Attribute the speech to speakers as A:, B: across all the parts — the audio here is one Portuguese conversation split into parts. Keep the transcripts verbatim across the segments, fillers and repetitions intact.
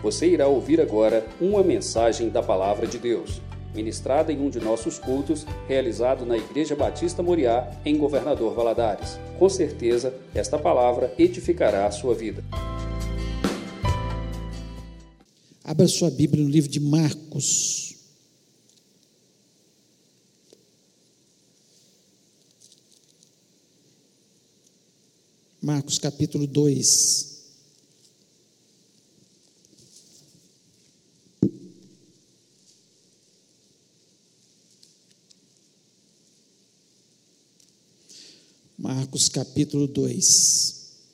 A: Você irá ouvir agora uma mensagem da Palavra de Deus, ministrada em um de nossos cultos, realizado na Igreja Batista Moriá, em Governador Valadares. Com certeza, esta palavra edificará a sua vida.
B: Abra sua Bíblia no livro de Marcos. Marcos capítulo dois. Marcos capítulo dois.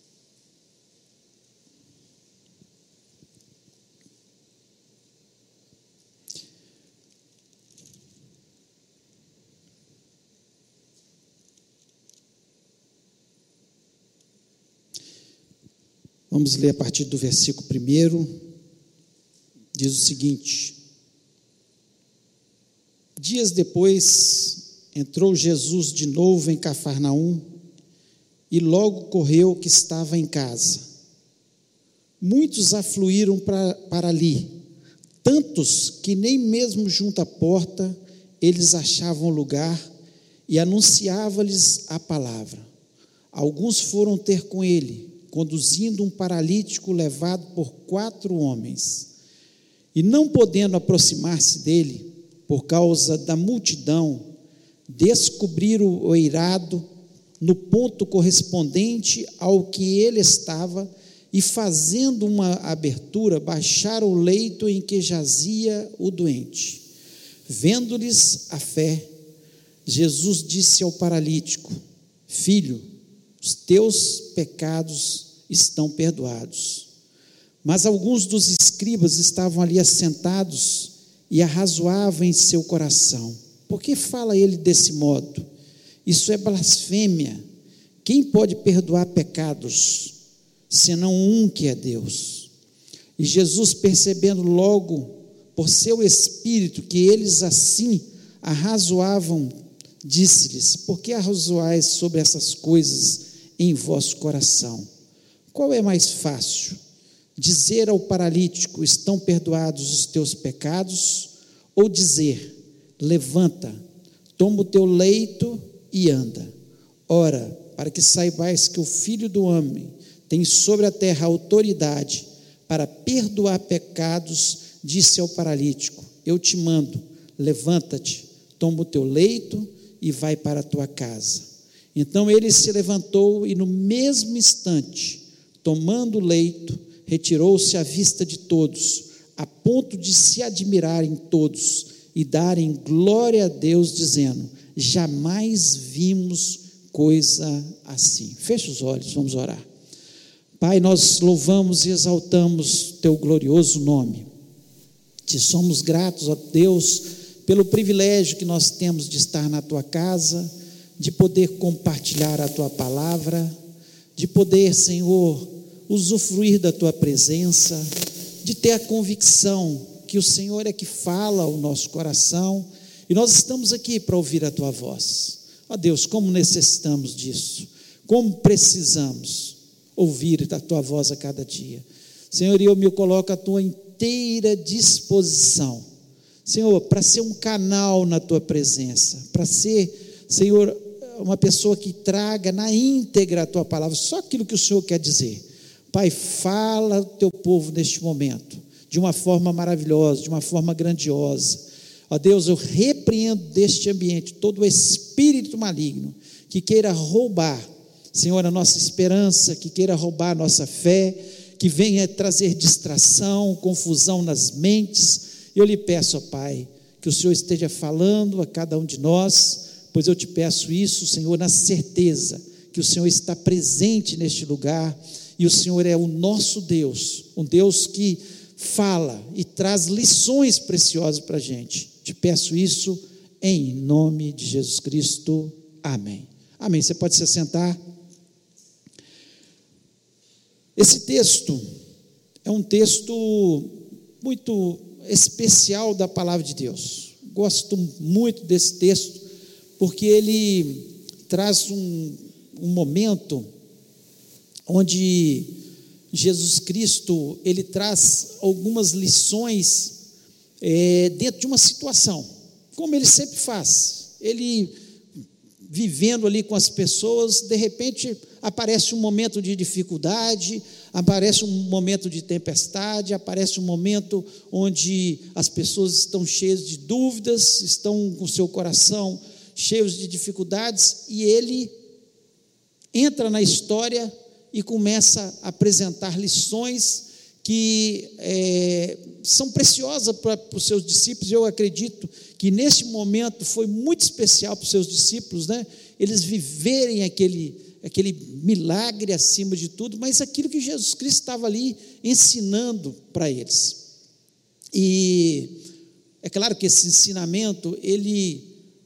B: Vamos ler a partir do versículo primeiro. Diz o seguinte: Dias depois, entrou Jesus de novo em Cafarnaum, e logo correu que estava em casa. Muitos afluíram para, para ali, tantos que nem mesmo junto à porta eles achavam lugar, e anunciava-lhes a palavra. Alguns foram ter com ele, conduzindo um paralítico levado por quatro homens. E não podendo aproximar-se dele, por causa da multidão, descobriram o eirado no ponto correspondente ao que ele estava, e fazendo uma abertura, baixaram o leito em que jazia o doente. Vendo-lhes a fé, Jesus disse ao paralítico: Filho, os teus pecados estão perdoados. Mas alguns dos escribas estavam ali assentados e arrazoavam em seu coração: por que fala ele desse modo? Isso é blasfêmia. Quem pode perdoar pecados, senão um que é Deus? E Jesus, percebendo logo por seu espírito que eles assim arrazoavam, disse-lhes: por que arrazoais sobre essas coisas em vosso coração? Qual é mais fácil, dizer ao paralítico: estão perdoados os teus pecados, ou dizer: levanta, toma o teu leito e anda? Ora, para que saibais que o Filho do Homem tem sobre a terra autoridade para perdoar pecados, disse ao paralítico: eu te mando, levanta-te, toma o teu leito e vai para a tua casa. Então ele se levantou e no mesmo instante, tomando o leito, retirou-se à vista de todos, a ponto de se admirarem todos e darem glória a Deus, dizendo: jamais vimos coisa assim. Feche os olhos, vamos orar. Pai, nós louvamos e exaltamos teu glorioso nome. Te somos gratos, ó Deus, pelo privilégio que nós temos de estar na tua casa, de poder compartilhar a tua palavra, de poder, Senhor, usufruir da tua presença, de ter a convicção que o Senhor é que fala ao nosso coração, e nós estamos aqui para ouvir a tua voz. Ó Deus, como necessitamos disso, como precisamos ouvir a tua voz a cada dia. Senhor, eu me coloco à tua inteira disposição, Senhor, para ser um canal na tua presença, para ser, Senhor, uma pessoa que traga na íntegra a tua palavra, só aquilo que o Senhor quer dizer. Pai, fala ao teu povo neste momento, de uma forma maravilhosa, de uma forma grandiosa. Ó Deus, eu repreendo deste ambiente todo o espírito maligno que queira roubar, Senhor, a nossa esperança, que queira roubar a nossa fé, que venha trazer distração, confusão nas mentes. Eu lhe peço, ó Pai, que o Senhor esteja falando a cada um de nós, pois eu te peço isso, Senhor, na certeza que o Senhor está presente neste lugar, e o Senhor é o nosso Deus, um Deus que fala e traz lições preciosas para a gente. Te peço isso em nome de Jesus Cristo, amém. Amém, você pode se sentar. Esse texto é um texto muito especial da palavra de Deus. Gosto muito desse texto, porque ele traz um, um momento onde Jesus Cristo, ele traz algumas lições é, dentro de uma situação, como ele sempre faz. Ele, vivendo ali com as pessoas, de repente aparece um momento de dificuldade, aparece um momento de tempestade, aparece um momento onde as pessoas estão cheias de dúvidas, estão com o seu coração cheios de dificuldades, e ele entra na história e começa a apresentar lições que é, são preciosas para, para os seus discípulos. Eu acredito que nesse momento foi muito especial para os seus discípulos, né? Eles viverem aquele, aquele milagre acima de tudo, mas aquilo que Jesus Cristo estava ali ensinando para eles. E é claro que esse ensinamento, ele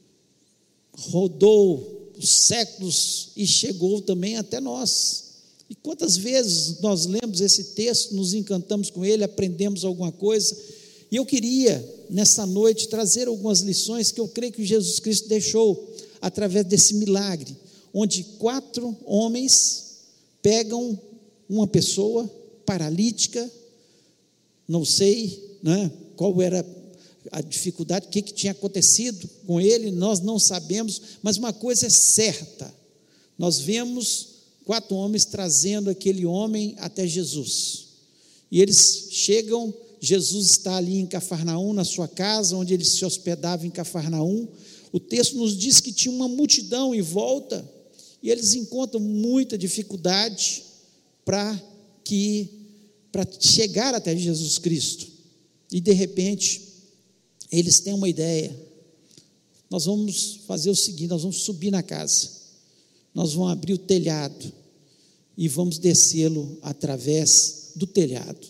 B: rodou os séculos e chegou também até nós. E quantas vezes nós lemos esse texto, nos encantamos com ele, aprendemos alguma coisa, e eu queria, nessa noite, trazer algumas lições que eu creio que Jesus Cristo deixou, através desse milagre, onde quatro homens pegam uma pessoa paralítica, não sei, né, qual era a dificuldade, o que, que tinha acontecido com ele, nós não sabemos, mas uma coisa é certa, nós vemos quatro homens trazendo aquele homem até Jesus, e eles chegam, Jesus está ali em Cafarnaum, na sua casa, onde ele se hospedava em Cafarnaum. O texto nos diz que tinha uma multidão em volta, e eles encontram muita dificuldade para que, para chegar até Jesus Cristo, e de repente, eles têm uma ideia: nós vamos fazer o seguinte, nós vamos subir na casa, nós vamos abrir o telhado, e vamos descê-lo através do telhado,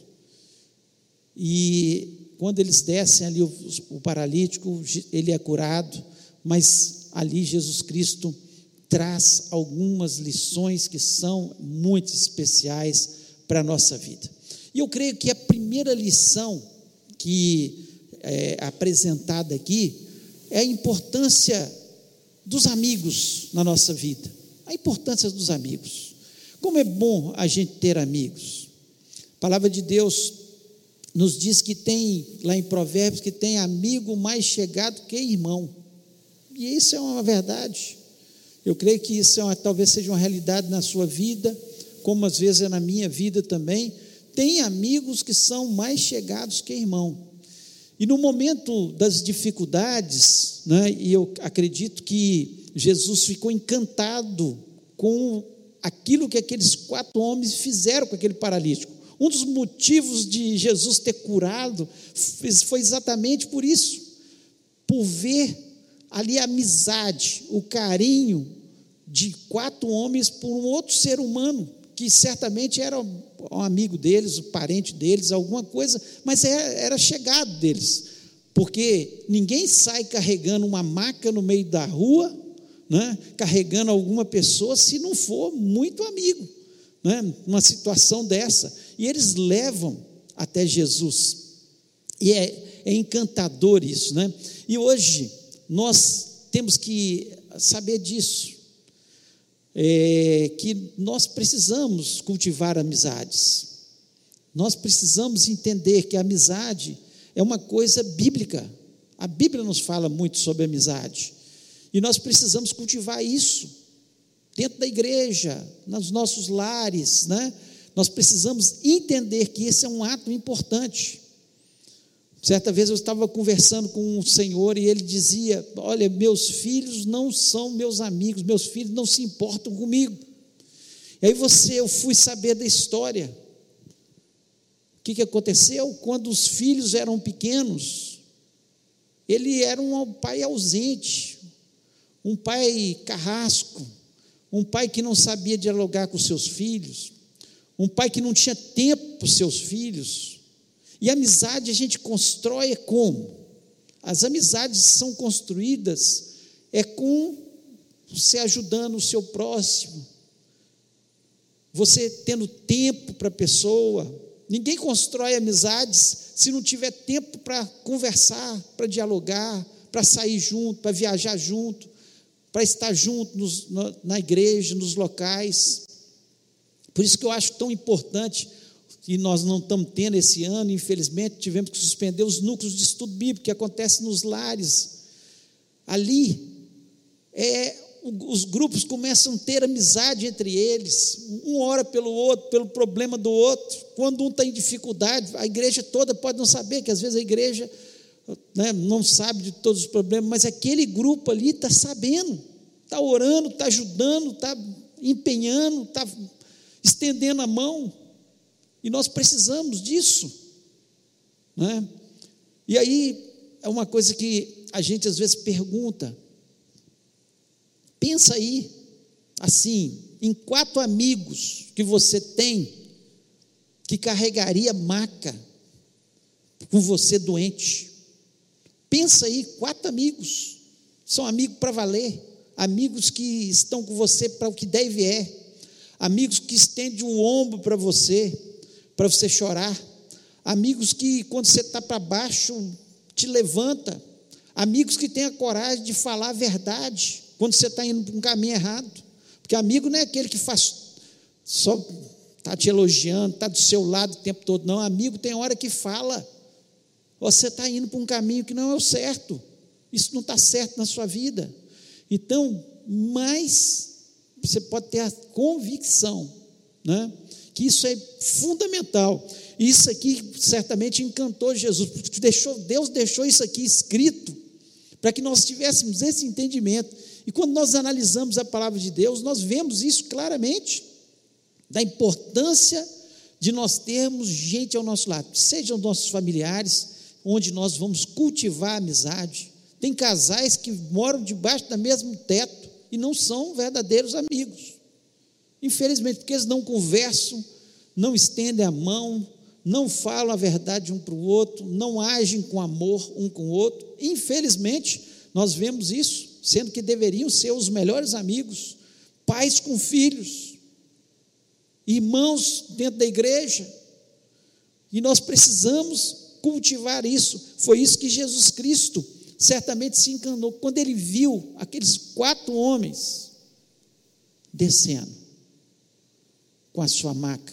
B: e quando eles descem ali, o, o paralítico, ele é curado, mas ali Jesus Cristo traz algumas lições que são muito especiais para a nossa vida, e eu creio que a primeira lição que é apresentada aqui é a importância dos amigos na nossa vida, a importância dos amigos. Como é bom a gente ter amigos. A palavra de Deus nos diz que tem, lá em Provérbios, que tem amigo mais chegado que irmão, e isso é uma verdade. Eu creio que isso é uma, talvez seja uma realidade na sua vida, como às vezes é na minha vida também. Tem amigos que são mais chegados que irmão, e no momento das dificuldades, né, e eu acredito que Jesus ficou encantado com aquilo que aqueles quatro homens fizeram com aquele paralítico. Um dos motivos de Jesus ter curado foi exatamente por isso, por ver ali a amizade, o carinho de quatro homens por um outro ser humano, que certamente era um amigo deles, um parente deles, alguma coisa, mas era, era chegado deles, porque ninguém sai carregando uma maca no meio da rua, né, carregando alguma pessoa, se não for muito amigo, né, numa situação dessa, e eles levam até Jesus, e é, é encantador isso, né? E hoje nós temos que saber disso, é, que nós precisamos cultivar amizades, nós precisamos entender que a amizade é uma coisa bíblica, a Bíblia nos fala muito sobre amizade, e nós precisamos cultivar isso dentro da igreja, nos nossos lares, né? Nós precisamos entender que esse é um ato importante. Certa vez eu estava conversando com um senhor e ele dizia: olha, meus filhos não são meus amigos, meus filhos não se importam comigo. E aí você, eu fui saber da história. O que, que aconteceu? Quando os filhos eram pequenos, ele era um pai ausente, um pai carrasco, um pai que não sabia dialogar com seus filhos, um pai que não tinha tempo para os seus filhos. E a amizade a gente constrói como? As amizades são construídas é com você ajudando o seu próximo, você tendo tempo para a pessoa. Ninguém constrói amizades se não tiver tempo para conversar, para dialogar, para sair junto, para viajar junto, para estar junto nos, na igreja, nos locais. Por isso que eu acho tão importante e nós não estamos tendo esse ano, infelizmente, tivemos que suspender os núcleos de estudo bíblico, que acontece nos lares. Ali, é, os grupos começam a ter amizade entre eles, um ora pelo outro, pelo problema do outro. Quando um está em dificuldade, a igreja toda pode não saber, que às vezes a igreja, né, não sabe de todos os problemas, mas aquele grupo ali está sabendo, está orando, está ajudando, está empenhando, está estendendo a mão, e nós precisamos disso, né? E aí é uma coisa que a gente às vezes pergunta, pensa aí, assim, em quatro amigos que você tem, que carregaria maca com você doente. Pensa aí, quatro amigos, são amigos para valer, amigos que estão com você para o que der e vier, amigos que estendem o ombro para você, para você chorar, amigos que quando você está para baixo, te levanta, amigos que têm a coragem de falar a verdade, quando você está indo para um caminho errado, porque amigo não é aquele que faz, só está te elogiando, está do seu lado o tempo todo, não, amigo tem hora que fala, você está indo para um caminho que não é o certo, isso não está certo na sua vida, então, mas você pode ter a convicção, né, que isso é fundamental. Isso aqui certamente encantou Jesus, porque deixou, Deus deixou isso aqui escrito para que nós tivéssemos esse entendimento. E quando nós analisamos a palavra de Deus, nós vemos isso claramente, da importância de nós termos gente ao nosso lado, sejam nossos familiares, onde nós vamos cultivar a amizade. Tem casais que moram debaixo do mesmo teto e não são verdadeiros amigos, infelizmente, porque eles não conversam, não estendem a mão, não falam a verdade um para o outro, não agem com amor um com o outro. Infelizmente, nós vemos isso, sendo que deveriam ser os melhores amigos, pais com filhos, irmãos dentro da igreja, e nós precisamos cultivar isso. Foi isso que Jesus Cristo certamente se encantou, quando ele viu aqueles quatro homens descendo, com a sua maca,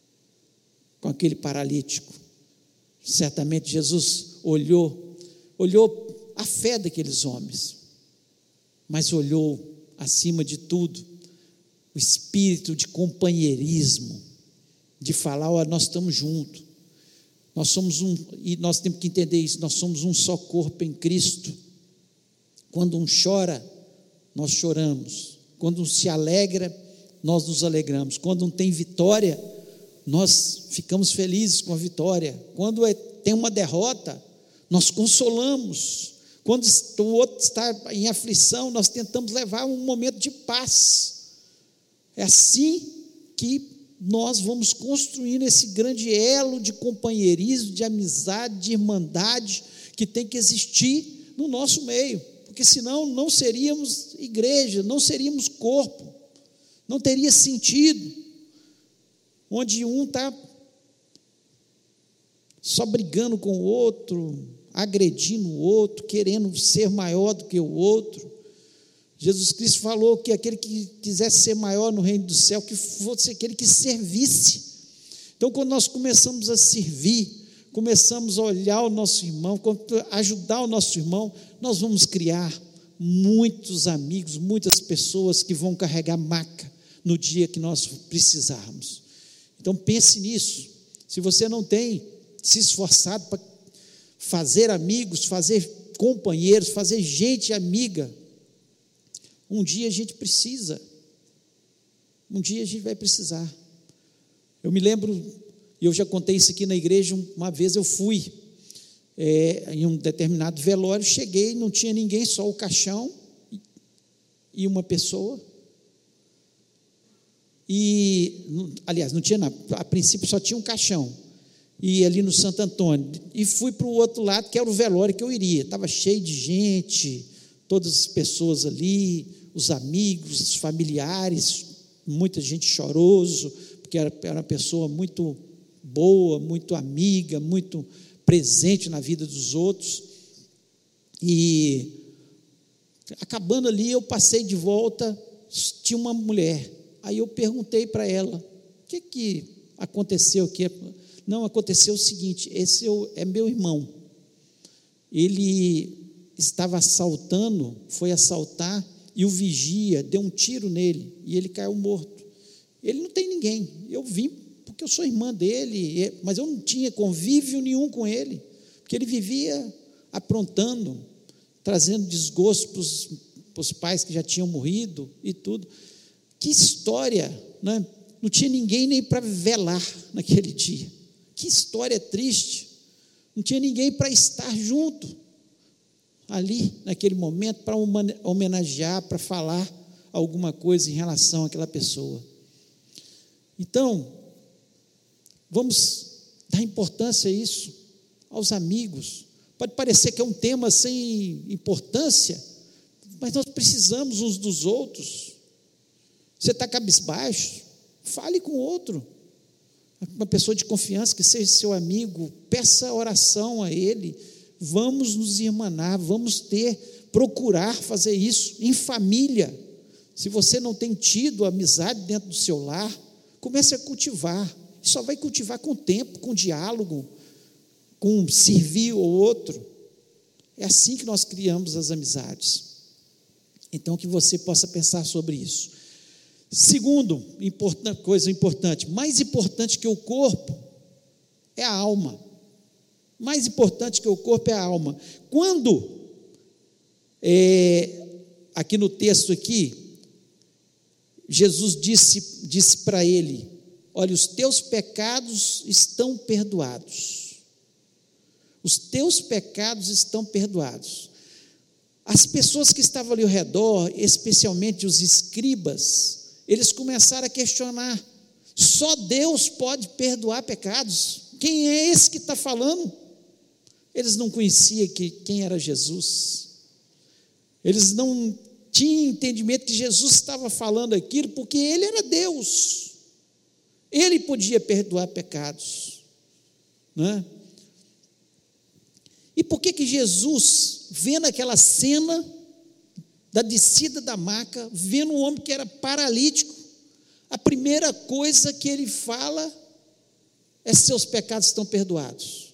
B: com aquele paralítico, certamente Jesus olhou, olhou a fé daqueles homens, mas olhou, acima de tudo, o espírito de companheirismo, de falar, olha, nós estamos juntos, nós somos um, e nós temos que entender isso, nós somos um só corpo em Cristo. Quando um chora, nós choramos, quando um se alegra, nós nos alegramos, quando um tem vitória, nós ficamos felizes com a vitória, quando é, tem uma derrota, nós consolamos, quando o outro está em aflição, nós tentamos levar um momento de paz. É assim que nós vamos construindo esse grande elo de companheirismo, de amizade, de irmandade, que tem que existir no nosso meio, porque senão não seríamos igreja, não seríamos corpo, não teria sentido, onde um está só brigando com o outro, agredindo o outro, querendo ser maior do que o outro. Jesus Cristo falou que aquele que quisesse ser maior no reino do céu, que fosse aquele que servisse. Então, quando nós começamos a servir, começamos a olhar o nosso irmão, ajudar o nosso irmão, nós vamos criar muitos amigos, muitas pessoas que vão carregar maca no dia que nós precisarmos. Então pense nisso. Se você não tem se esforçado para fazer amigos, fazer companheiros, fazer gente amiga, um dia a gente precisa, um dia a gente vai precisar. Eu me lembro, e eu já contei isso aqui na igreja, uma vez eu fui é, em um determinado velório, cheguei, não tinha ninguém, só o caixão e uma pessoa, e, aliás, não tinha nada, a princípio só tinha um caixão, e ali no Santo Antônio, e fui para o outro lado, que era o velório que eu iria, estava cheio de gente, todas as pessoas ali, os amigos, os familiares, muita gente choroso, porque era, era uma pessoa muito boa, muito amiga, muito presente na vida dos outros, e acabando ali, eu passei de volta, tinha uma mulher, aí eu perguntei para ela, o que que aconteceu o quê? Não, aconteceu o seguinte, esse é meu irmão, ele estava assaltando, foi assaltar, e o vigia deu um tiro nele, e ele caiu morto. Ele não tem ninguém, eu vim porque eu sou irmã dele, mas eu não tinha convívio nenhum com ele, porque ele vivia aprontando, trazendo desgosto para os pais que já tinham morrido e tudo. Que história, né? Não tinha ninguém nem para velar naquele dia. Que história triste. Não tinha ninguém para estar junto ali, naquele momento, para homenagear, para falar alguma coisa em relação àquela pessoa. Então, vamos dar importância a isso, aos amigos. Pode parecer que é um tema sem importância, mas nós precisamos uns dos outros. Você está cabisbaixo, fale com o outro, uma pessoa de confiança, que seja seu amigo, peça oração a ele, vamos nos irmanar, vamos ter, procurar fazer isso em família. Se você não tem tido amizade dentro do seu lar, comece a cultivar, só vai cultivar com o tempo, com diálogo, com servir o outro. É assim que nós criamos as amizades. Então, que você possa pensar sobre isso. Segundo, importante, coisa importante, mais importante que o corpo é a alma. Mais importante que o corpo é a alma. Quando, é, aqui no texto aqui, Jesus disse, disse para ele, olha, os teus pecados estão perdoados. Os teus pecados estão perdoados. As pessoas que estavam ali ao redor, especialmente os escribas, eles começaram a questionar, só Deus pode perdoar pecados, quem é esse que está falando? Eles não conheciam que, quem era Jesus, eles não tinham entendimento que Jesus estava falando aquilo, porque Ele era Deus, Ele podia perdoar pecados, não é? E por que que Jesus, vendo aquela cena da descida da maca, vendo um homem que era paralítico, a primeira coisa que ele fala é: seus pecados estão perdoados?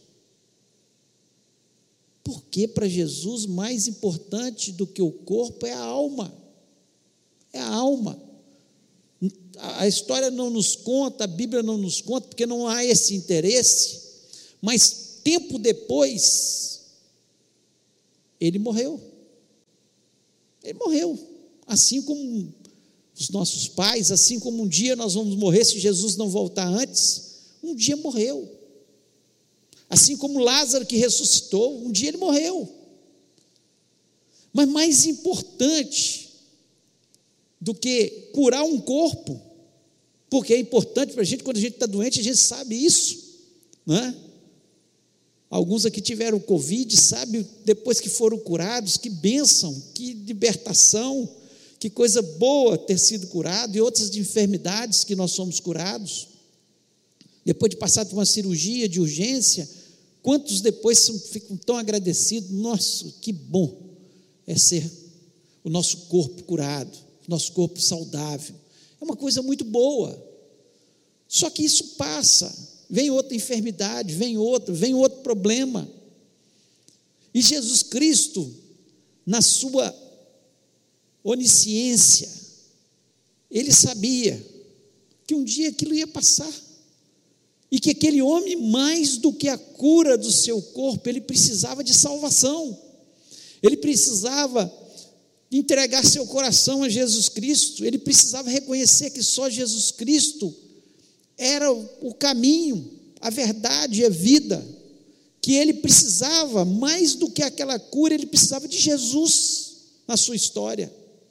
B: Porque para Jesus mais importante do que o corpo é a alma, é a alma. A história não nos conta, a Bíblia não nos conta, porque não há esse interesse, mas tempo depois, ele morreu, ele morreu, assim como os nossos pais, assim como um dia nós vamos morrer, se Jesus não voltar antes, um dia morreu, assim como Lázaro que ressuscitou, um dia ele morreu, mas mais importante do que curar um corpo, porque é importante para a gente, quando a gente está doente, a gente sabe isso, não é? Alguns aqui tiveram Covid, sabe, depois que foram curados, que bênção, que libertação, que coisa boa ter sido curado, e outras de enfermidades que nós somos curados, depois de passar por uma cirurgia de urgência, quantos depois ficam tão agradecidos? Nossa, que bom é ser o nosso corpo curado, o nosso corpo saudável, é uma coisa muito boa, só que isso passa, vem outra enfermidade, vem outro, vem outro problema, e Jesus Cristo, na sua onisciência, ele sabia que um dia aquilo ia passar, e que aquele homem, mais do que a cura do seu corpo, ele precisava de salvação, ele precisava entregar seu coração a Jesus Cristo, ele precisava reconhecer que só Jesus Cristo era o caminho, a verdade e a vida, que ele precisava, mais do que aquela cura, ele precisava de Jesus na sua história,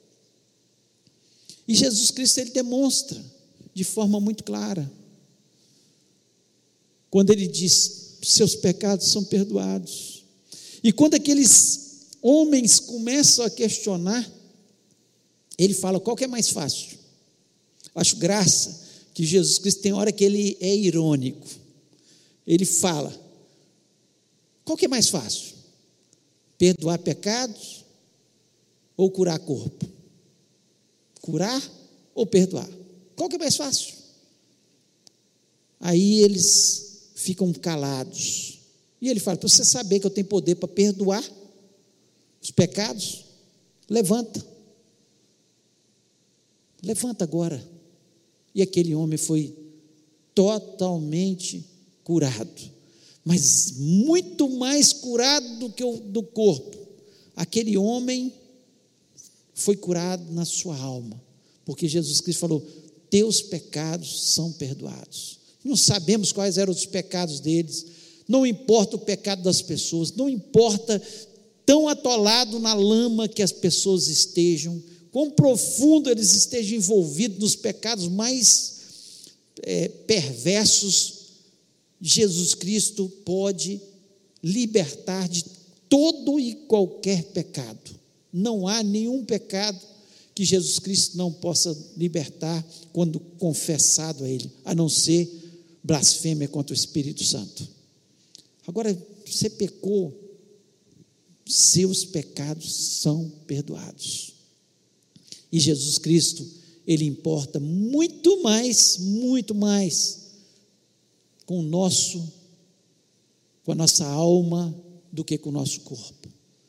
B: e Jesus Cristo, ele demonstra de forma muito clara, quando ele diz, seus pecados são perdoados, e quando aqueles homens começam a questionar, ele fala, qual que é mais fácil? Acho graça, que Jesus Cristo tem hora que ele é irônico, ele fala, qual que é mais fácil? Perdoar pecados ou curar corpo? Curar ou perdoar? Qual que é mais fácil? Aí eles ficam calados. E ele fala: para você saber que eu tenho poder para perdoar os pecados, levanta. Levanta agora. E aquele homem foi totalmente curado, mas muito mais curado do que o do corpo. Aquele homem foi curado na sua alma, porque Jesus Cristo falou: teus pecados são perdoados. Não sabemos quais eram os pecados deles, não importa o pecado das pessoas, não importa tão atolado na lama que as pessoas estejam, quão profundo eles estejam envolvidos nos pecados mais é, perversos, Jesus Cristo pode libertar de todo e qualquer pecado. Não há nenhum pecado que Jesus Cristo não possa libertar quando confessado a Ele, a não ser blasfêmia contra o Espírito Santo. Agora, você pecou, seus pecados são perdoados. E Jesus Cristo, Ele importa muito mais, muito mais com o nosso, com a nossa alma, do que com o nosso corpo.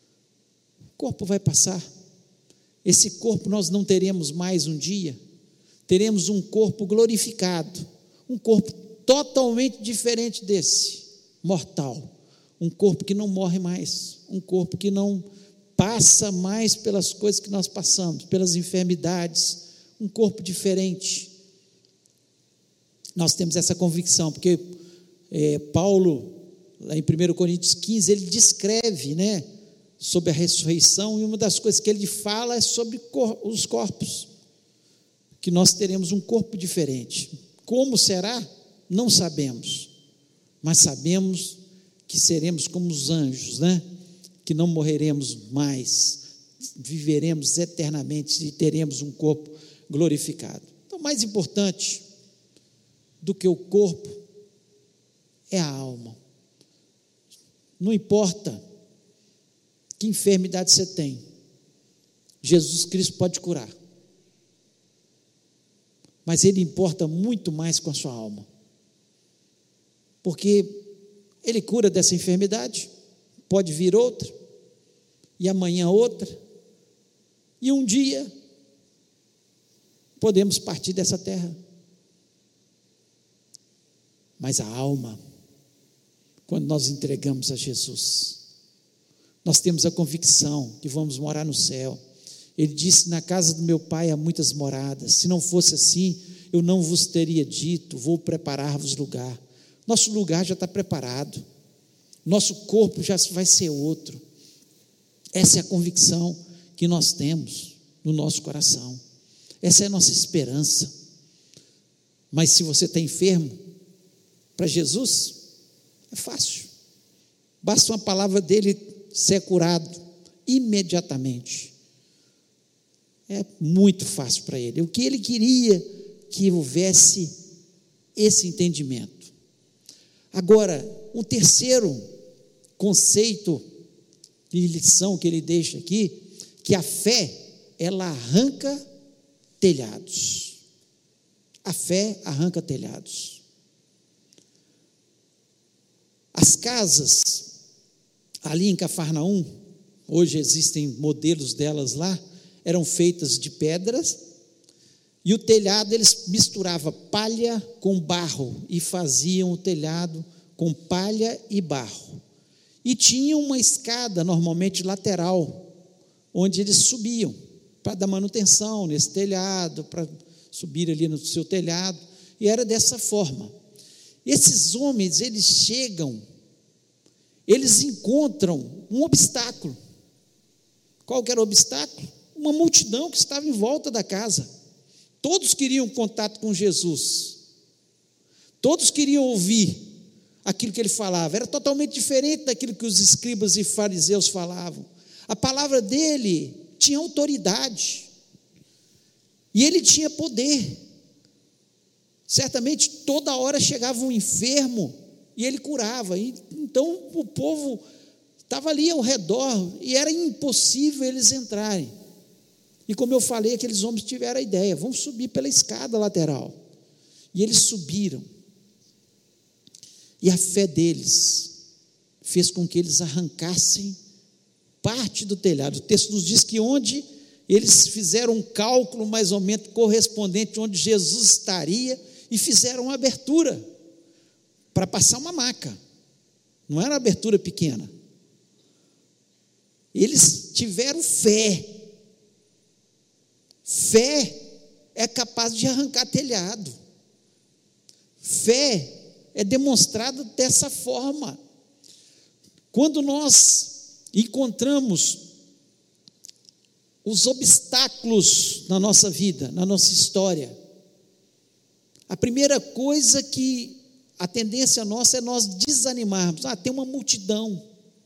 B: O corpo vai passar. Esse corpo nós não teremos mais um dia. Teremos um corpo glorificado, um corpo totalmente diferente desse, mortal. Um corpo que não morre mais, um corpo que não passa mais pelas coisas que nós passamos, pelas enfermidades, um corpo diferente. Nós temos essa convicção, porque é, Paulo, lá em primeiro Coríntios quinze, ele descreve, né, sobre a ressurreição, e uma das coisas que ele fala é sobre cor, os corpos, que nós teremos um corpo diferente. Como será? Não sabemos, mas sabemos que seremos como os anjos, né? Que não morreremos mais, viveremos eternamente e teremos um corpo glorificado. Então, mais importante do que o corpo é a alma. Não importa que enfermidade você tem, Jesus Cristo pode curar, mas Ele importa muito mais com a sua alma, porque Ele cura dessa enfermidade, pode vir outra, e amanhã outra, e um dia podemos partir dessa terra, mas a alma, quando nós entregamos a Jesus, nós temos a convicção que vamos morar no céu. Ele disse: na casa do meu pai há muitas moradas, se não fosse assim, eu não vos teria dito, vou preparar-vos lugar. Nosso lugar já está preparado, nosso corpo já vai ser outro. Essa é a convicção que nós temos no nosso coração, essa é a nossa esperança. Mas se você está enfermo, para Jesus é fácil, basta uma palavra dele ser curado imediatamente, é muito fácil para ele. O que ele queria que houvesse esse entendimento. Agora, um terceiro conceito de lição que ele deixa aqui, que a fé, ela arranca telhados. A fé arranca telhados. As casas ali em Cafarnaum, hoje existem modelos delas lá, eram feitas de pedras, e o telhado eles misturavam palha com barro, e faziam o telhado com palha e barro, e tinham uma escada normalmente lateral, onde eles subiam, para dar manutenção nesse telhado, para subir ali no seu telhado, e era dessa forma. Esses homens, eles chegam, eles encontram um obstáculo. Qual que era o obstáculo? Uma multidão que estava em volta da casa. Todos queriam contato com Jesus, todos queriam ouvir aquilo que ele falava. Era totalmente diferente daquilo que os escribas e fariseus falavam. A palavra dele tinha autoridade, e ele tinha poder. Certamente toda hora chegava um enfermo e ele curava, e então o povo estava ali ao redor e era impossível eles entrarem. E como eu falei, aqueles homens tiveram a ideia: vamos subir pela escada lateral. E eles subiram. E a fé deles fez com que eles arrancassem parte do telhado. O texto nos diz que onde eles fizeram um cálculo mais ou menos correspondente onde Jesus estaria e fizeram uma abertura para passar uma maca. Não era uma abertura pequena. Eles tiveram fé. Fé é capaz de arrancar telhado. Fé é demonstrada dessa forma. Quando nós encontramos os obstáculos na nossa vida, na nossa história, a primeira coisa que a tendência nossa é nós desanimarmos. Ah, tem uma multidão.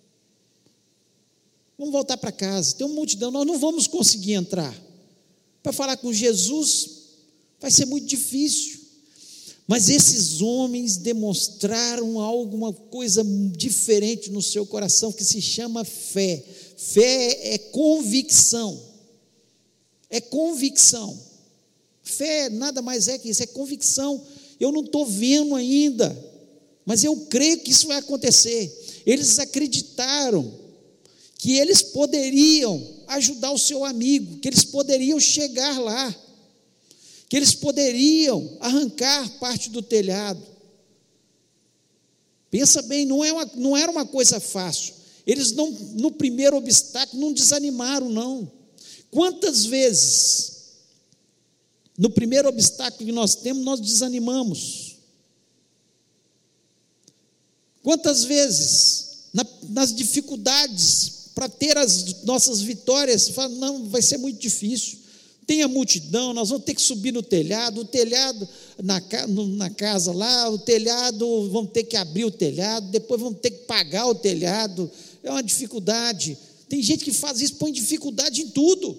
B: Vamos voltar para casa. Tem uma multidão, nós não vamos conseguir entrar. Para falar com Jesus vai ser muito difícil. Mas esses homens demonstraram alguma coisa diferente no seu coração, que se chama fé. Fé é convicção. É convicção. Fé nada mais é que isso, é convicção. Eu não estou vendo ainda, mas eu creio que isso vai acontecer. Eles acreditaram que eles poderiam ajudar o seu amigo, que eles poderiam chegar lá, que eles poderiam arrancar parte do telhado. Pensa bem, não, é uma, não era uma coisa fácil. Eles não, no primeiro obstáculo, não desanimaram, não. Quantas vezes, no primeiro obstáculo que nós temos, nós desanimamos? Quantas vezes, na, nas dificuldades, para ter as nossas vitórias, fala, não, vai ser muito difícil. Tem a multidão, nós vamos ter que subir no telhado, o telhado na, na casa lá, o telhado, vamos ter que abrir o telhado, depois vamos ter que pagar o telhado, é uma dificuldade. Tem gente que faz isso, põe dificuldade em tudo,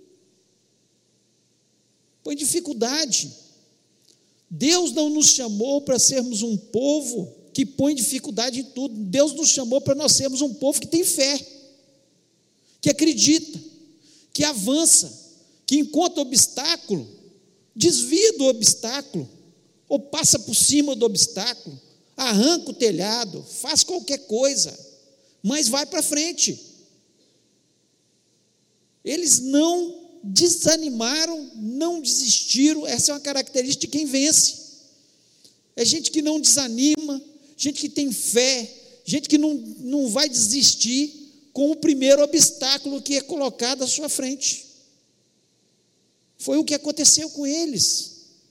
B: põe dificuldade. Deus não nos chamou para sermos um povo que põe dificuldade em tudo. Deus nos chamou para nós sermos um povo que tem fé, que acredita, que avança, que encontra obstáculo, desvia do obstáculo, ou passa por cima do obstáculo, arranca o telhado, faz qualquer coisa, mas vai para frente. Eles não desanimaram, não desistiram. Essa é uma característica de quem vence. É gente que não desanima, gente que tem fé, gente que não, não vai desistir com o primeiro obstáculo que é colocado à sua frente. Foi o que aconteceu com eles.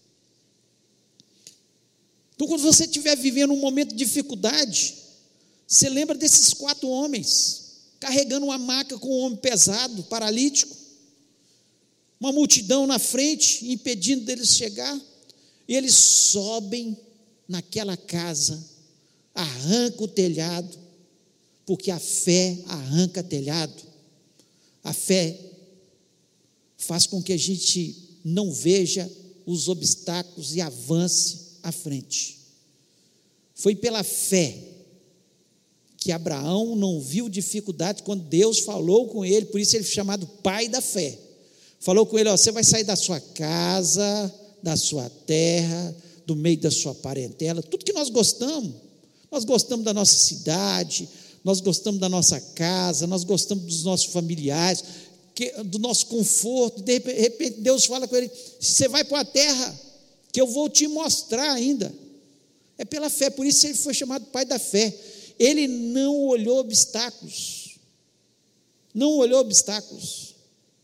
B: Então, quando você estiver vivendo um momento de dificuldade, você lembra desses quatro homens, carregando uma maca com um homem pesado, paralítico, uma multidão na frente, impedindo deles chegar, e eles sobem naquela casa, arrancam o telhado, porque a fé arranca telhado. A fé faz com que a gente não veja os obstáculos e avance à frente. Foi pela fé que Abraão não viu dificuldade quando Deus falou com ele, por isso ele foi chamado pai da fé. Falou com ele, ó, você vai sair da sua casa, da sua terra, do meio da sua parentela, tudo que nós gostamos. Nós gostamos da nossa cidade, nós gostamos da nossa casa, nós gostamos dos nossos familiares, que, do nosso conforto. De repente Deus fala com ele, você vai para a terra que eu vou te mostrar ainda. É pela fé, por isso ele foi chamado pai da fé. Ele não olhou obstáculos, não olhou obstáculos.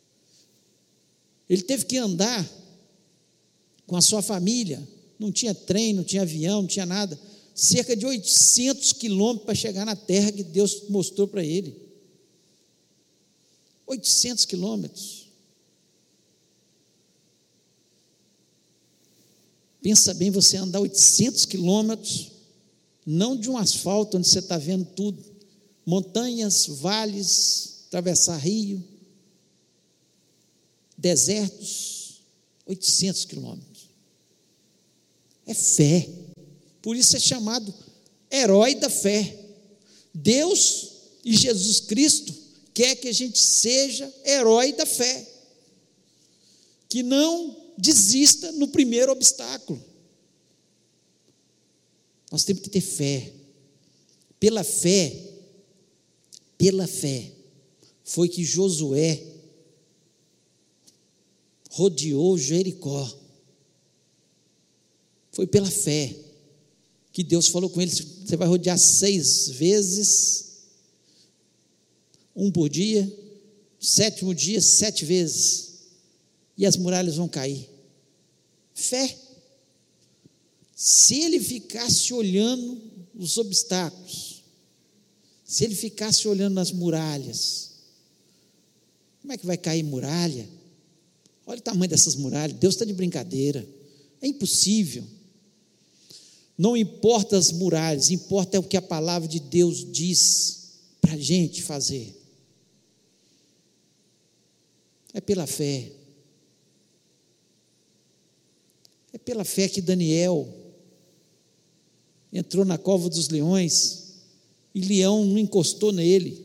B: Ele teve que andar com a sua família, não tinha trem, não tinha avião, não tinha nada, cerca de oitocentos quilômetros para chegar na terra que Deus mostrou para ele. oitocentos quilômetros. Pensa bem, você andar oitocentos quilômetros, não de um asfalto onde você está vendo tudo, montanhas, vales, atravessar rio, desertos, oitocentos quilômetros. É fé. Por isso é chamado herói da fé. Deus e Jesus Cristo quer que a gente seja herói da fé, que não desista no primeiro obstáculo. Nós temos que ter fé. Pela fé, pela fé, foi que Josué rodeou Jericó. Foi pela fé que Deus falou com ele: você vai rodear seis vezes, um por dia, sétimo dia, sete vezes, e as muralhas vão cair. Fé. Se ele ficasse olhando os obstáculos, se ele ficasse olhando as muralhas, como é que vai cair muralha? Olha o tamanho dessas muralhas, Deus está de brincadeira, é impossível. Não importa as muralhas, importa é o que a palavra de Deus diz para a gente fazer. É pela fé. É pela fé que Daniel entrou na cova dos leões e leão não encostou nele.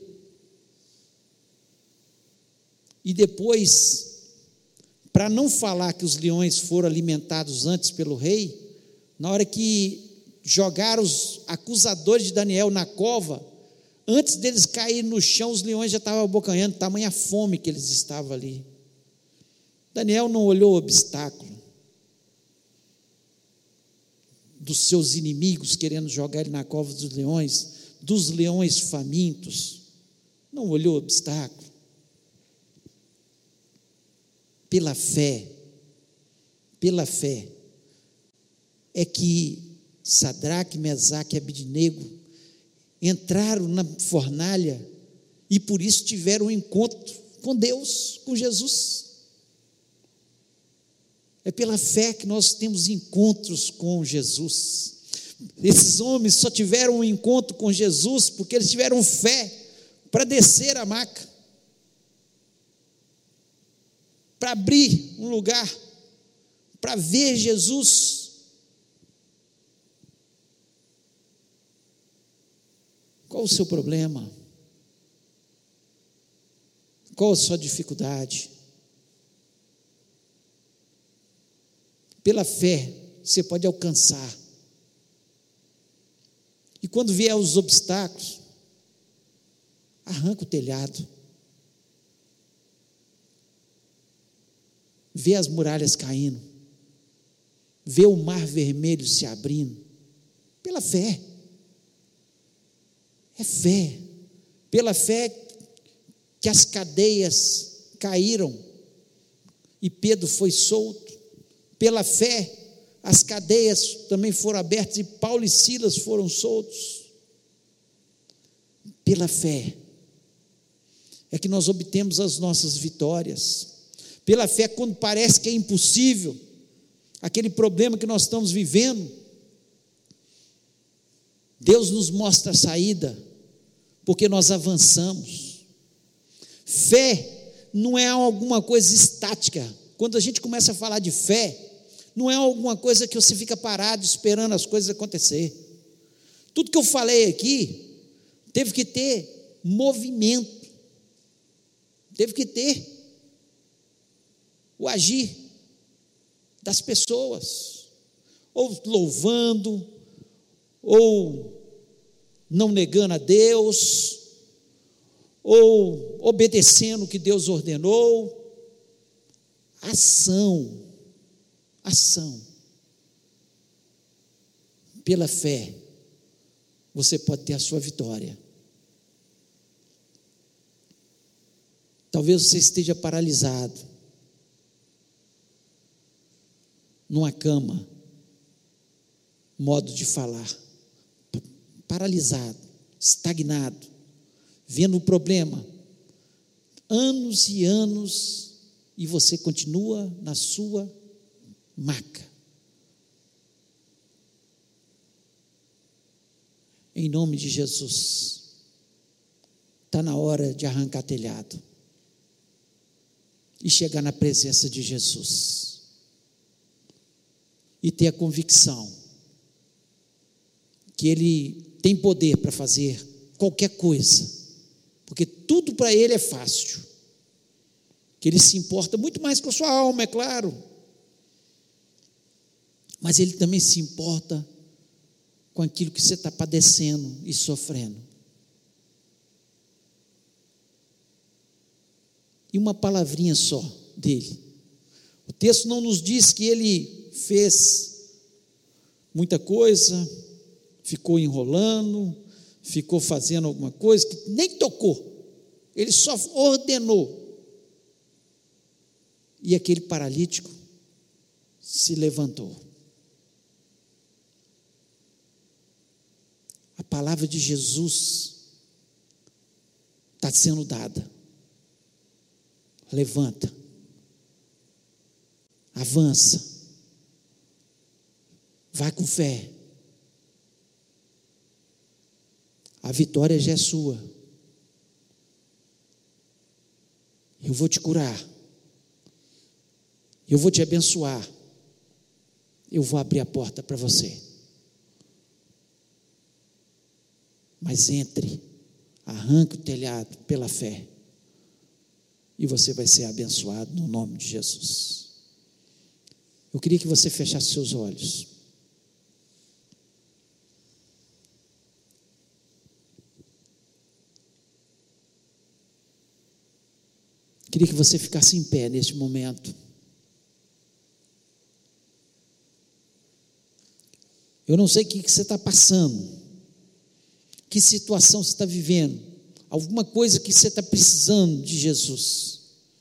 B: E depois, para não falar que os leões foram alimentados antes pelo rei, na hora que jogaram os acusadores de Daniel na cova, antes deles caírem no chão, os leões já estavam abocanhando, tamanha fome que eles estavam ali. Daniel não olhou o obstáculo dos seus inimigos querendo jogar ele na cova dos leões, dos leões famintos, não olhou o obstáculo. Pela fé, pela fé, é que Sadraque, Mesaque e Abednego entraram na fornalha e por isso tiveram um encontro com Deus, com Jesus. É pela fé que nós temos encontros com Jesus. Esses homens só tiveram um encontro com Jesus porque eles tiveram fé para descer a maca, para abrir um lugar, para ver Jesus. Qual o seu problema? Qual a sua dificuldade? Pela fé, você pode alcançar. E quando vier os obstáculos, arranca o telhado. Vê as muralhas caindo. Vê o mar vermelho se abrindo. Pela fé. É fé. Pela fé que as cadeias caíram e Pedro foi solto. Pela fé, as cadeias também foram abertas e Paulo e Silas foram soltos. Pela fé é que nós obtemos as nossas vitórias. Pela fé, quando parece que é impossível, aquele problema que nós estamos vivendo, Deus nos mostra a saída, porque nós avançamos. Fé não é alguma coisa estática. Quando a gente começa a falar de fé, não é alguma coisa que você fica parado esperando as coisas acontecer. Tudo que eu falei aqui teve que ter movimento, teve que ter o agir das pessoas, ou louvando, ou não negando a Deus, ou obedecendo o que Deus ordenou. Ação, ação. Pela fé, você pode ter a sua vitória. Talvez você esteja paralisado, numa cama, modo de falar, paralisado, estagnado, vendo o problema, anos e anos, e você continua na sua maca. Em nome de Jesus, está na hora de arrancar telhado e chegar na presença de Jesus e ter a convicção que Ele tem poder para fazer qualquer coisa, porque tudo para Ele é fácil, que Ele se importa muito mais com a sua alma, é claro, mas Ele também se importa com aquilo que você está padecendo e sofrendo. E uma palavrinha só dele. O texto não nos diz que ele fez muita coisa, ficou enrolando, ficou fazendo alguma coisa que nem tocou. Ele só ordenou. E aquele paralítico se levantou. A palavra de Jesus está sendo dada. Levanta, avança, vai com fé, a vitória já é sua. Eu vou te curar, eu vou te abençoar, eu vou abrir a porta para você. Mas entre, arranque o telhado pela fé, e você vai ser abençoado no nome de Jesus. Eu queria que você fechasse seus olhos. Queria que você ficasse em pé neste momento. Eu não sei o que você está passando, que situação você está vivendo, alguma coisa que você está precisando de Jesus.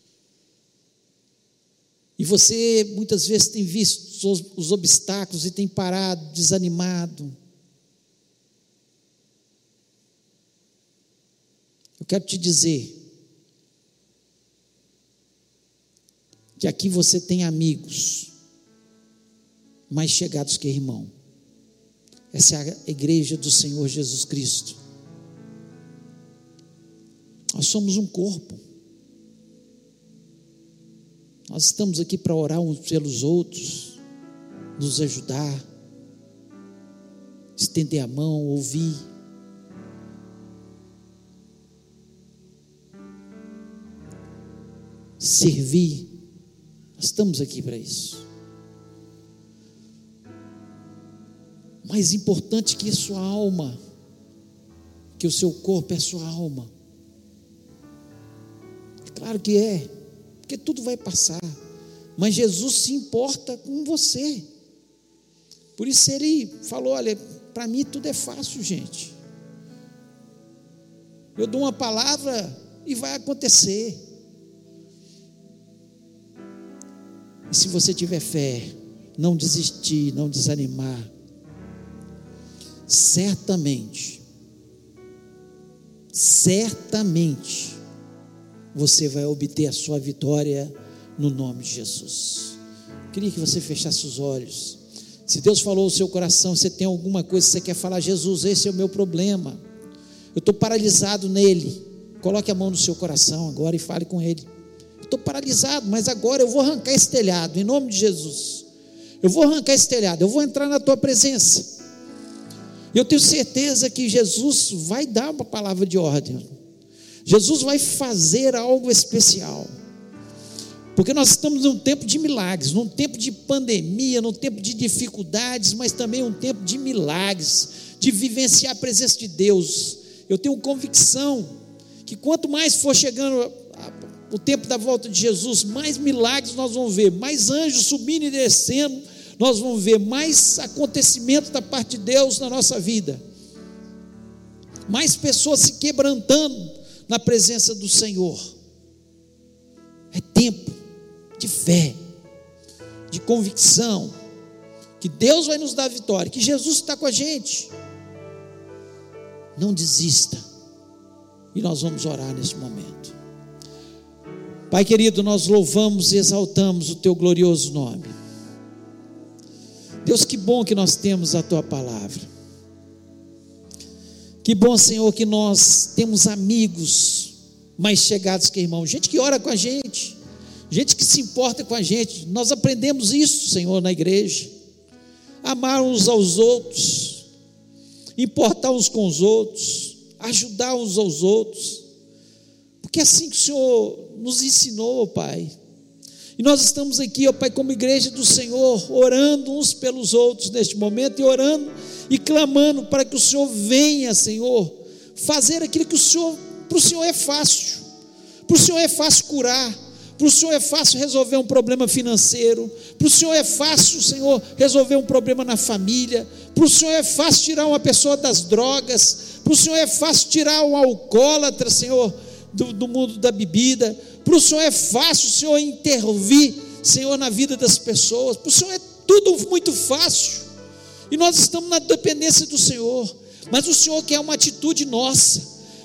B: E você muitas vezes tem visto os, os obstáculos e tem parado, desanimado. Eu quero te dizer que aqui você tem amigos mais chegados que irmão. Essa é a igreja do Senhor Jesus Cristo. Nós somos um corpo. Nós estamos aqui para orar uns pelos outros, nos ajudar, estender a mão, ouvir. Servir. Nós estamos aqui para isso. Mais importante que a sua alma, que o seu corpo é a sua alma. Claro que é, porque tudo vai passar, mas Jesus se importa com você. Por isso ele falou: olha, para mim tudo é fácil, gente. Eu dou uma palavra e vai acontecer. E se você tiver fé, não desistir, não desanimar, certamente, certamente, você vai obter a sua vitória no nome de Jesus. Eu queria que você fechasse os olhos. Se Deus falou no seu coração, você tem alguma coisa que você quer falar: Jesus, esse é o meu problema, eu estou paralisado nele. Coloque a mão no seu coração agora e fale com ele. Eu estou paralisado, mas agora eu vou arrancar esse telhado, em nome de Jesus. Eu vou arrancar esse telhado, eu vou entrar na tua presença. E eu tenho certeza que Jesus vai dar uma palavra de ordem. Jesus vai fazer algo especial, porque nós estamos num tempo de milagres, num tempo de pandemia, num tempo de dificuldades, mas também um tempo de milagres, de vivenciar a presença de Deus. Eu tenho convicção que quanto mais for chegando o tempo da volta de Jesus, mais milagres nós vamos ver, mais anjos subindo e descendo, nós vamos ver mais acontecimentos da parte de Deus na nossa vida, mais pessoas se quebrantando na presença do Senhor. É tempo de fé, de convicção, que Deus vai nos dar vitória, que Jesus está com a gente. Não desista, e nós vamos orar nesse momento. Pai querido, nós louvamos e exaltamos o teu glorioso nome. Deus, que bom que nós temos a tua palavra. Que bom, Senhor, que nós temos amigos mais chegados que irmãos, gente que ora com a gente, gente que se importa com a gente. Nós aprendemos isso, Senhor, na igreja: amar uns aos outros, importar uns com os outros, ajudar uns aos outros, porque é assim que o Senhor nos ensinou, Pai. E nós estamos aqui, ó Pai, como igreja do Senhor, orando uns pelos outros neste momento, e orando e clamando para que o Senhor venha, Senhor, fazer aquilo que o Senhor, para o Senhor é fácil, para o Senhor é fácil curar, para o Senhor é fácil resolver um problema financeiro, para o Senhor é fácil, Senhor, resolver um problema na família, para o Senhor é fácil tirar uma pessoa das drogas, para o Senhor é fácil tirar um alcoólatra, Senhor, do, do mundo da bebida, para o Senhor é fácil, Senhor, intervir, Senhor, na vida das pessoas, para o Senhor é tudo muito fácil, e nós estamos na dependência do Senhor, mas o Senhor quer uma atitude nossa,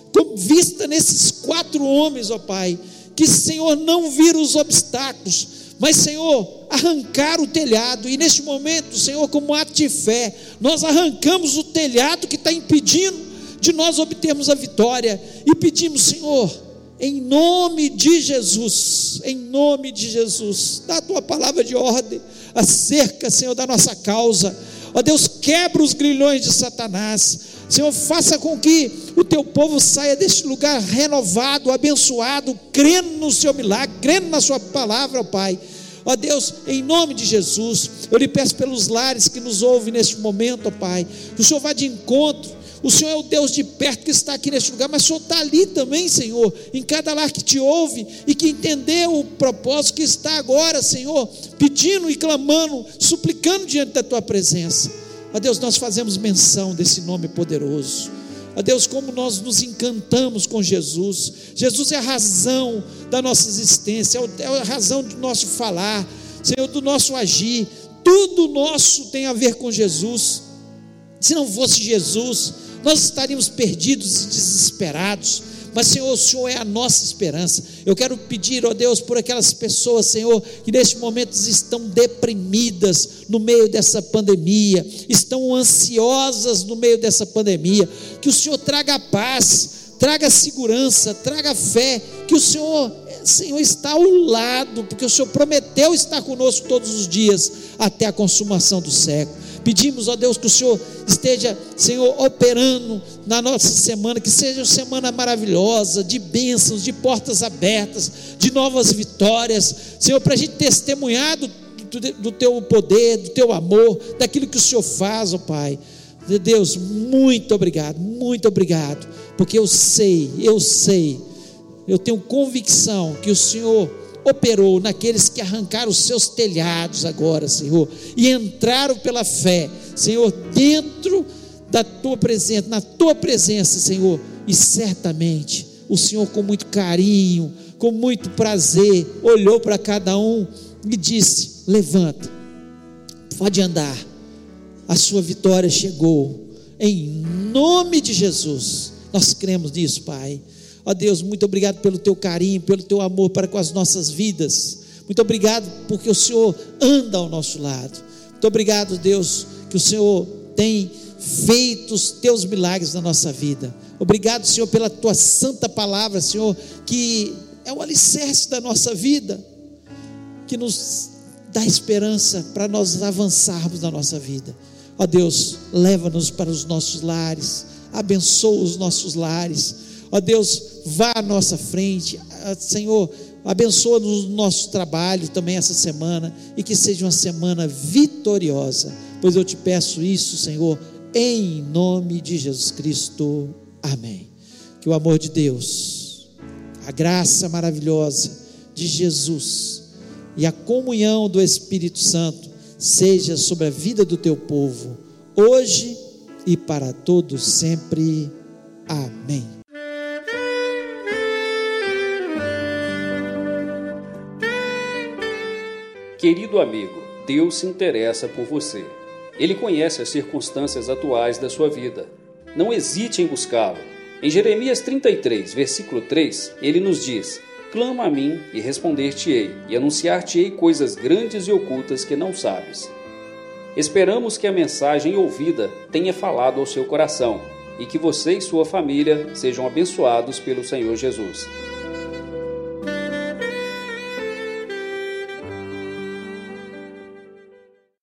B: vista nesses quatro homens, ó Pai, que, Senhor, não viram os obstáculos, mas, Senhor, arrancar o telhado, e neste momento, Senhor, como ato de fé, nós arrancamos o telhado que está impedindo de nós obtermos a vitória, e pedimos, Senhor, em nome de Jesus, em nome de Jesus, dá a tua palavra de ordem, acerca, Senhor, da nossa causa, ó Deus, quebra os grilhões de Satanás, Senhor, faça com que o teu povo saia deste lugar renovado, abençoado, crendo no seu milagre, crendo na sua palavra, ó Pai. Ó Deus, em nome de Jesus, eu lhe peço pelos lares que nos ouvem neste momento, ó Pai, que o Senhor vá de encontro. O Senhor é o Deus de perto que está aqui neste lugar, mas o Senhor está ali também, Senhor, em cada lar que te ouve e que entendeu o propósito, que está agora, Senhor, pedindo e clamando, suplicando diante da tua presença. Ó Deus, nós fazemos menção desse nome poderoso. Ó Deus, como nós nos encantamos com Jesus. Jesus é a razão da nossa existência, é a razão do nosso falar, Senhor, do nosso agir. Tudo nosso tem a ver com Jesus. Se não fosse Jesus, nós estaríamos perdidos e desesperados. Mas, Senhor, o Senhor é a nossa esperança. Eu quero pedir, ó Deus, por aquelas pessoas, Senhor, que neste momento estão deprimidas no meio dessa pandemia, estão ansiosas no meio dessa pandemia, que o Senhor traga paz, traga segurança, traga fé, que o Senhor, Senhor, está ao lado, porque o Senhor prometeu estar conosco todos os dias, até a consumação do século. Pedimos, ó Deus, que o Senhor esteja, Senhor, operando na nossa semana, que seja uma semana maravilhosa, de bênçãos, de portas abertas, de novas vitórias, Senhor, para a gente testemunhar do, do, do Teu poder, do Teu amor, daquilo que o Senhor faz, ó Pai. Deus, muito obrigado, muito obrigado, porque eu sei, eu sei, eu tenho convicção que o Senhor operou naqueles que arrancaram os seus telhados agora, Senhor, e entraram pela fé, Senhor, dentro da tua presença, na tua presença, Senhor, e certamente o Senhor, com muito carinho, com muito prazer, olhou para cada um e disse: levanta, pode andar, a sua vitória chegou, em nome de Jesus. Nós cremos nisso, Pai. Ó Deus, muito obrigado pelo teu carinho, pelo teu amor para com as nossas vidas. Muito obrigado porque o Senhor anda ao nosso lado. Muito obrigado, Deus, que o Senhor tem feito os teus milagres na nossa vida. Obrigado, Senhor, pela tua santa palavra, Senhor, que é o alicerce da nossa vida, que nos dá esperança para nós avançarmos na nossa vida. Ó Deus, leva-nos para os nossos lares, abençoa os nossos lares. Ó Deus, vá à nossa frente, Senhor, abençoa-nos no nosso trabalho também essa semana, e que seja uma semana vitoriosa, pois eu te peço isso, Senhor, em nome de Jesus Cristo, amém. Que o amor de Deus, a graça maravilhosa de Jesus e a comunhão do Espírito Santo seja sobre a vida do teu povo, hoje e para todos sempre, amém.
A: Querido amigo, Deus se interessa por você. Ele conhece as circunstâncias atuais da sua vida. Não hesite em buscá-lo. Em Jeremias trinta e três, versículo três, ele nos diz: clama a mim e responder-te-ei, e anunciar-te-ei coisas grandes e ocultas que não sabes. Esperamos que a mensagem ouvida tenha falado ao seu coração, e que você e sua família sejam abençoados pelo Senhor Jesus.